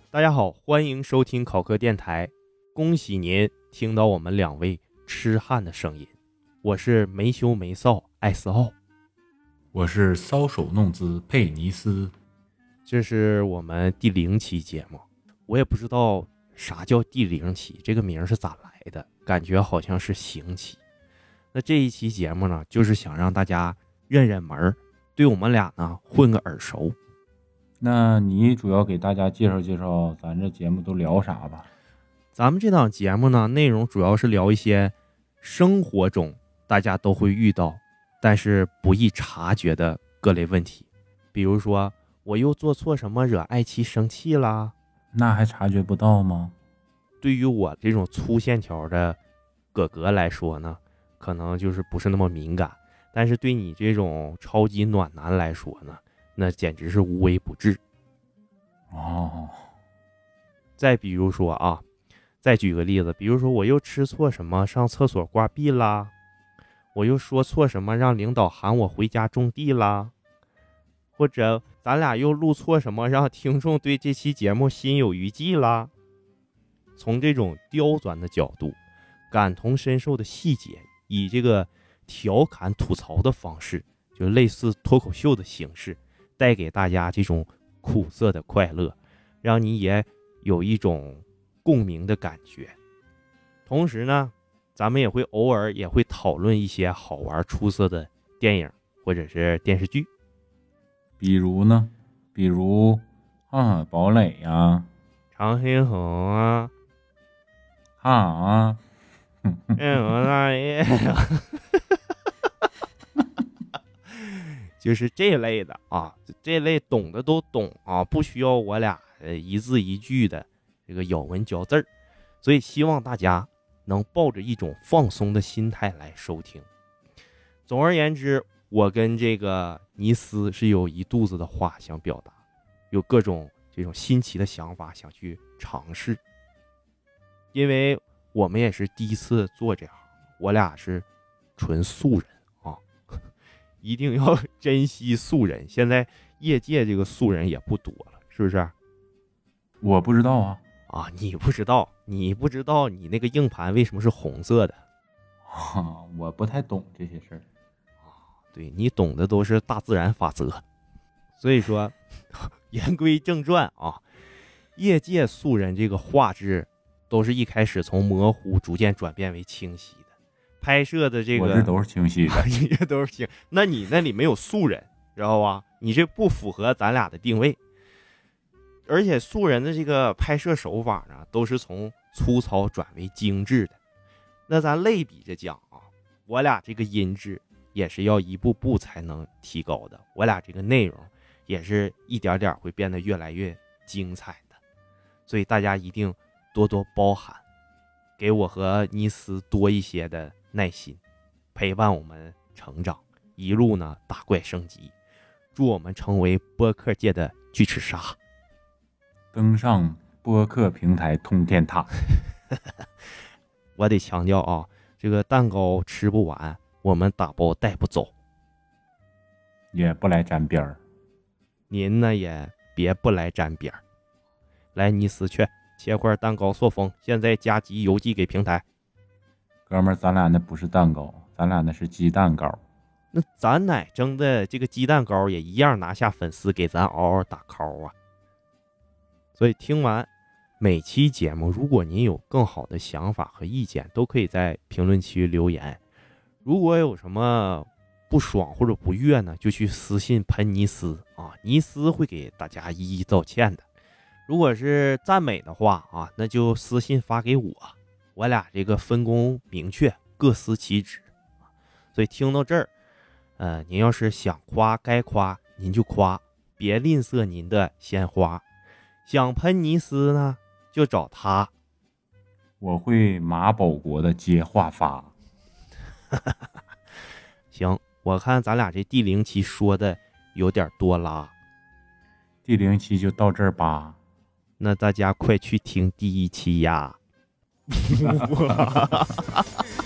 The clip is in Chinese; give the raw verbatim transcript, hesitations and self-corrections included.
大家好，欢迎收听考科电台。恭喜您听到我们两位痴汉的声音，我是没羞没臊艾斯奥， 我是搔首弄姿佩尼斯。 这是我们第零期节目，我也不知道啥叫第零期，这个名是咋来的，感觉好像是行期。那这一期节目呢，就是想让大家认认门，对我们俩呢混个耳熟。 那你主要给大家介绍介绍咱这节目都聊啥吧？ 咱们这档节目呢，内容主要是聊一些生活中大家都会遇到但是不易察觉的各类问题，比如说我又做错什么惹爱妻生气啦？ 那还察觉不到吗？ 对于我这种粗线条的哥哥来说呢，可能就是不是那么敏感，但是对你这种超级暖男来说呢，那简直是无微不至。 哦， 再比如说啊，再举个例子，比如说我又吃错什么上厕所挂壁啦，我又说错什么让领导喊我回家种地啦，或者咱俩又录错什么让听众对这期节目心有余悸啦。从这种刁钻的角度，感同身受的细节，以这个调侃吐槽的方式，就类似脱口秀的形式，带给大家这种苦涩的快乐，让你也有一种共鸣的感觉。同时呢，咱们也会偶尔也会讨论一些好玩出色的电影或者是电视剧。 比如呢？比如啊，堡垒呀， 长津湖啊， 哈啊， 嗯，我大爷，就是这类的啊，这类懂的都懂啊，不需要我俩呃一字一句的这个咬文嚼字儿，所以希望大家能抱着一种放松的心态来收听。总而言之，我跟这个尼斯是有一肚子的话想表达，有各种这种新奇的想法想去尝试，因为我们也是第一次做这行，我俩是纯素人啊，一定要珍惜素人。现在业界这个素人也不多了，是不是？ 我不知道啊。 啊，你不知道，你不知道你那个硬盘为什么是红色的？ 啊，我不太懂这些事儿。 对，你懂的都是大自然法则。所以说，言归正传啊，业界素人这个画质都是一开始从模糊逐渐转变为清晰的，拍摄的这个我这都是清晰的， 你这都是清，那你那里没有素人，知道吧？你这不符合咱俩的定位。而且素人的这个拍摄手法呢，都是从粗糙转为精致的。那咱类比着讲啊，我俩这个音质也是要一步步才能提高的，我俩这个内容也是一点点会变得越来越精彩的，所以大家一定多多包涵，给我和尼斯多一些的耐心，陪伴我们成长，一路呢打怪升级，祝我们成为播客界的巨齿鲨， 登上播客平台通天塔。 我得强调啊，这个蛋糕吃不完，我们打包带不走， 也不来沾边儿。 您呢也别不来沾边儿。来，尼斯去切块蛋糕塑封，现在加急邮寄给平台。 哥们儿，咱俩那不是蛋糕，咱俩那是鸡蛋糕。 那咱奶蒸的这个鸡蛋糕也一样拿下粉丝给咱嗷嗷打 call 啊。所以听完每期节目，如果您有更好的想法和意见，都可以在评论区留言。如果有什么不爽或者不悦呢，就去私信喷尼斯啊，尼斯会给大家一一道歉的。如果是赞美的话啊，那就私信发给我，我俩这个分工明确，各司其职。所以听到这儿，呃，您要是想夸该夸您就夸，别吝啬您的鲜花。想喷尼斯呢，就找他。 我会马保国的接话发。 行，我看咱俩这第零期说的有点多拉， 第零期就到这儿吧。 那大家快去听第一期呀。